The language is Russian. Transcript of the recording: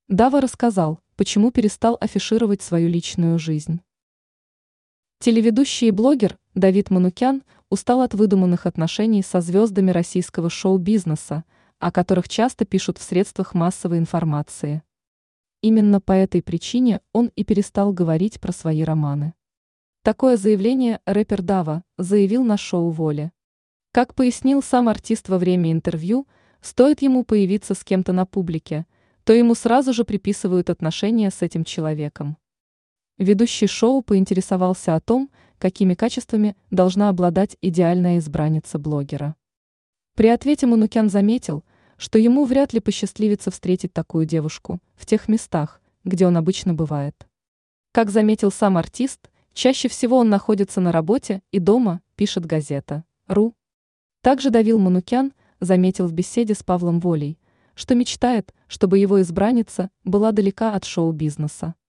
Дава рассказал, почему перестал афишировать свою личную жизнь. Телеведущий и блогер Давид Манукян устал от выдуманных отношений со звездами российского шоу-бизнеса, о которых часто пишут в средствах массовой информации. Именно по этой причине он и перестал говорить про свои романы. Такое заявление рэпер Дава заявил на шоу «Воля». Как пояснил сам артист во время интервью, стоит ему появиться с кем-то на публике, то ему сразу же приписывают отношения с этим человеком. Ведущий шоу поинтересовался о том, какими качествами должна обладать идеальная избранница блогера. При ответе Манукян заметил, что ему вряд ли посчастливится встретить такую девушку в тех местах, где он обычно бывает. Как заметил сам артист, чаще всего он находится на работе и дома, пишет газета.ру. Также Давид Манукян заметил в беседе с Павлом Волей, что мечтает, чтобы его избранница была далека от шоу-бизнеса.